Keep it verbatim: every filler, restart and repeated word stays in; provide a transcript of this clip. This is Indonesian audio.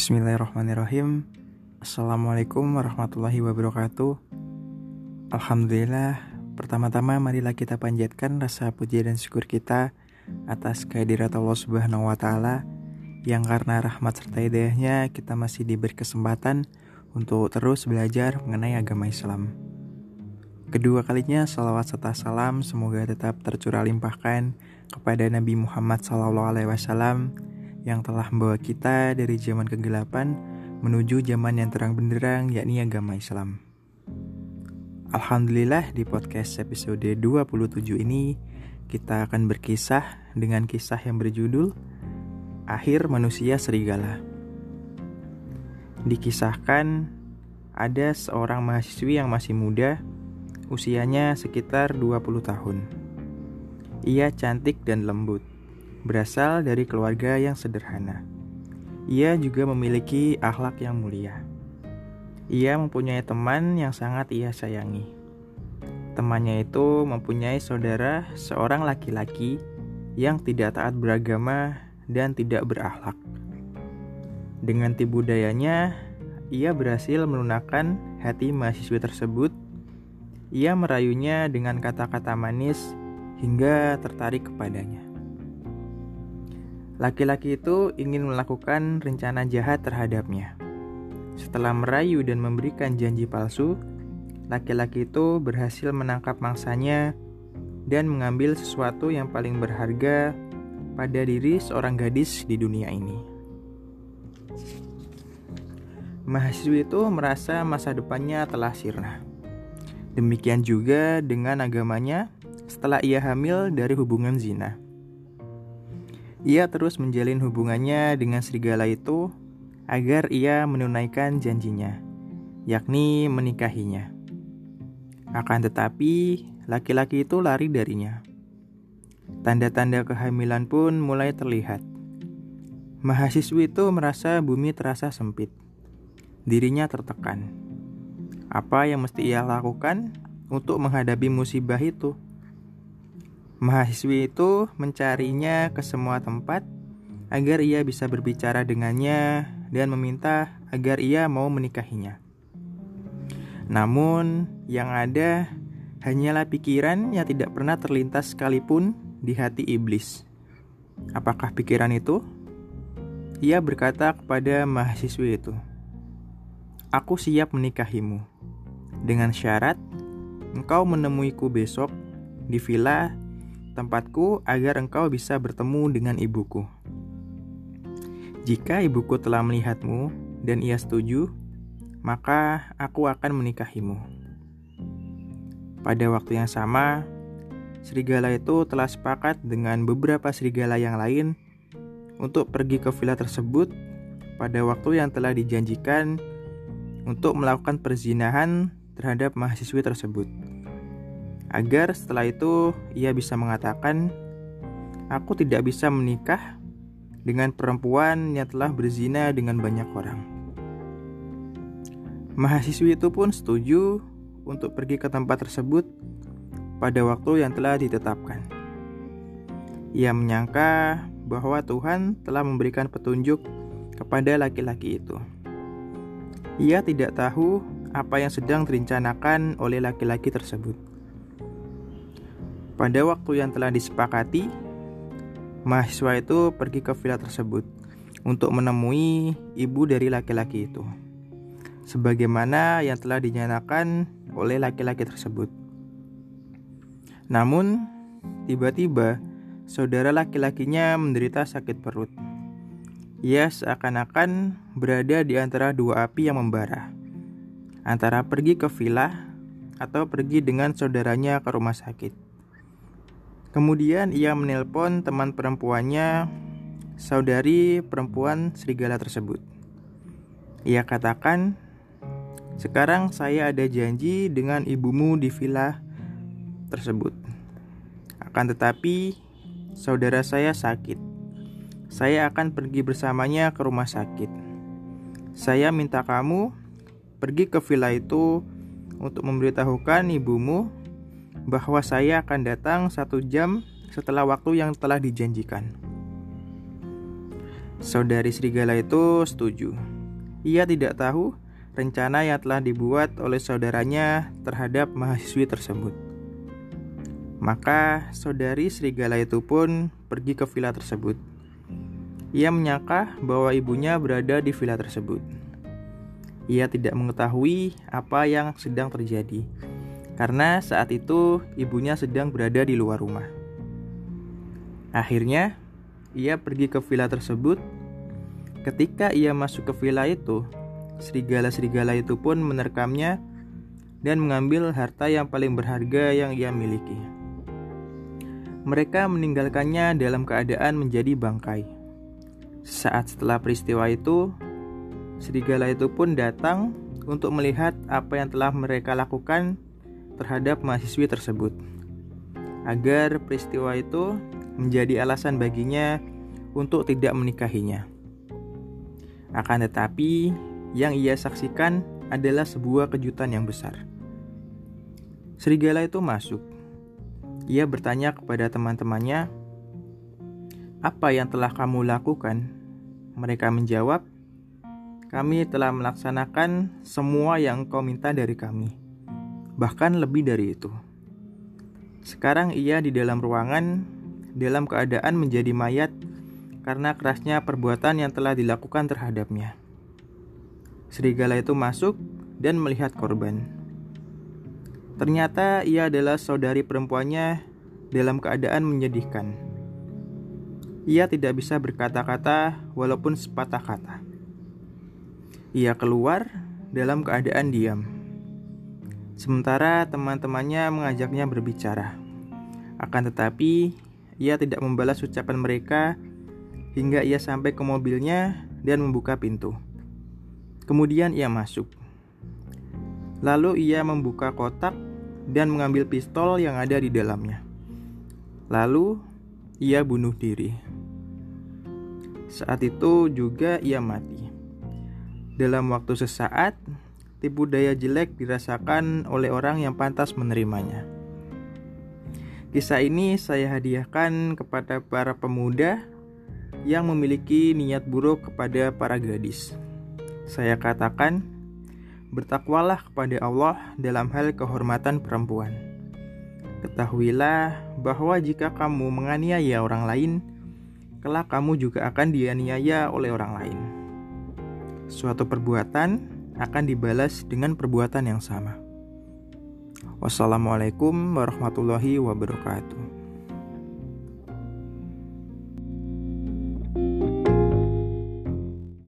Bismillahirrahmanirrahim. Assalamualaikum warahmatullahi wabarakatuh. Alhamdulillah. Pertama-tama marilah kita panjatkan rasa puji dan syukur kita atas kehadirat Allah Subhanahu wa taala yang karena rahmat serta hidayahnya kita masih diberi kesempatan untuk terus belajar mengenai agama Islam. Kedua kalinya salawat serta salam semoga tetap tercurah limpahkan kepada Nabi Muhammad shallallahu alaihi wasallam yang telah membawa kita dari zaman kegelapan menuju zaman yang terang benderang, yakni agama Islam. Alhamdulillah, di podcast episode dua puluh tujuh ini kita akan berkisah dengan kisah yang berjudul Akhir Manusia Serigala. Dikisahkan ada seorang mahasiswi yang masih muda, usianya sekitar dua puluh tahun. Ia cantik dan lembut, berasal dari keluarga yang sederhana. Ia juga memiliki akhlak yang mulia. Ia mempunyai teman yang sangat ia sayangi. Temannya itu mempunyai saudara seorang laki-laki yang tidak taat beragama dan tidak berakhlak. Dengan tipu dayanya, ia berhasil melunakkan hati mahasiswi tersebut. Ia merayunya dengan kata-kata manis hingga tertarik kepadanya. Laki-laki itu ingin melakukan rencana jahat terhadapnya. Setelah merayu dan memberikan janji palsu, laki-laki itu berhasil menangkap mangsanya dan mengambil sesuatu yang paling berharga pada diri seorang gadis di dunia ini. Mahasiswi itu merasa masa depannya telah sirna. Demikian juga dengan agamanya setelah ia hamil dari hubungan zina. Ia terus menjalin hubungannya dengan serigala itu agar ia menunaikan janjinya, yakni menikahinya. Akan tetapi, laki-laki itu lari darinya. Tanda-tanda kehamilan pun mulai terlihat. Mahasiswi itu merasa bumi terasa sempit. Dirinya tertekan. Apa yang mesti ia lakukan untuk menghadapi musibah itu? Mahasiswi itu mencarinya ke semua tempat agar ia bisa berbicara dengannya dan meminta agar ia mau menikahinya. Namun, yang ada hanyalah pikiran yang tidak pernah terlintas sekalipun di hati iblis. Apakah pikiran itu? Ia berkata kepada mahasiswi itu, "Aku siap menikahimu, dengan syarat engkau menemuiku besok di villa tempatku agar engkau bisa bertemu dengan ibuku. Jika ibuku telah melihatmu dan ia setuju, maka aku akan menikahimu." Pada waktu yang sama, serigala itu telah sepakat dengan beberapa serigala yang lain untuk pergi ke villa tersebut pada waktu yang telah dijanjikan untuk melakukan perzinahan terhadap mahasiswi tersebut. Agar setelah itu ia bisa mengatakan, "Aku tidak bisa menikah dengan perempuan yang telah berzina dengan banyak orang." Mahasiswi itu pun setuju untuk pergi ke tempat tersebut pada waktu yang telah ditetapkan. Ia menyangka bahwa Tuhan telah memberikan petunjuk kepada laki-laki itu. Ia tidak tahu apa yang sedang direncanakan oleh laki-laki tersebut. Pada waktu yang telah disepakati, mahasiswa itu pergi ke villa tersebut untuk menemui ibu dari laki-laki itu, sebagaimana yang telah dinyatakan oleh laki-laki tersebut. Namun, tiba-tiba saudara laki-lakinya menderita sakit perut. Ia seakan-akan berada di antara dua api yang membara, antara pergi ke villa atau pergi dengan saudaranya ke rumah sakit. Kemudian ia menelpon teman perempuannya, saudari perempuan serigala tersebut. Ia katakan, "Sekarang saya ada janji dengan ibumu di villa tersebut. Akan tetapi, saudara saya sakit. Saya akan pergi bersamanya ke rumah sakit. Saya minta kamu pergi ke villa itu untuk memberitahukan ibumu bahwa saya akan datang satu jam setelah waktu yang telah dijanjikan." Saudari serigala itu setuju. Ia tidak tahu rencana yang telah dibuat oleh saudaranya terhadap mahasiswi tersebut. Maka saudari serigala itu pun pergi ke villa tersebut. Ia menyangka bahwa ibunya berada di villa tersebut. Ia tidak mengetahui apa yang sedang terjadi, karena saat itu ibunya sedang berada di luar rumah. Akhirnya, ia pergi ke villa tersebut. Ketika ia masuk ke villa itu, serigala-serigala itu pun menerkamnya dan mengambil harta yang paling berharga yang ia miliki. Mereka meninggalkannya dalam keadaan menjadi bangkai. Saat setelah peristiwa itu, serigala itu pun datang untuk melihat apa yang telah mereka lakukan terhadap mahasiswi tersebut, agar peristiwa itu menjadi alasan baginya untuk tidak menikahinya. Akan tetapi, yang ia saksikan adalah sebuah kejutan yang besar. Serigala itu masuk. Ia bertanya kepada teman-temannya, "Apa yang telah kamu lakukan?" Mereka menjawab, "Kami telah melaksanakan semua yang kau minta dari kami, bahkan lebih dari itu." Sekarang ia di dalam ruangan, dalam keadaan menjadi mayat karena kerasnya perbuatan yang telah dilakukan terhadapnya. Serigala itu masuk dan melihat korban. Ternyata ia adalah saudari perempuannya dalam keadaan menyedihkan. Ia tidak bisa berkata-kata walaupun sepatah kata. Ia keluar dalam keadaan diam. Sementara teman-temannya mengajaknya berbicara. Akan tetapi, ia tidak membalas ucapan mereka hingga ia sampai ke mobilnya dan membuka pintu. Kemudian ia masuk. Lalu ia membuka kotak dan mengambil pistol yang ada di dalamnya. Lalu ia bunuh diri. Saat itu juga ia mati. Dalam waktu sesaat, tipu daya jelek dirasakan oleh orang yang pantas menerimanya. Kisah ini saya hadiahkan kepada para pemuda yang memiliki niat buruk kepada para gadis. Saya katakan, bertakwalah kepada Allah dalam hal kehormatan perempuan. Ketahuilah bahwa jika kamu menganiaya orang lain, kelak kamu juga akan dianiaya oleh orang lain. Suatu perbuatan akan dibalas dengan perbuatan yang sama. Wassalamualaikum warahmatullahi wabarakatuh.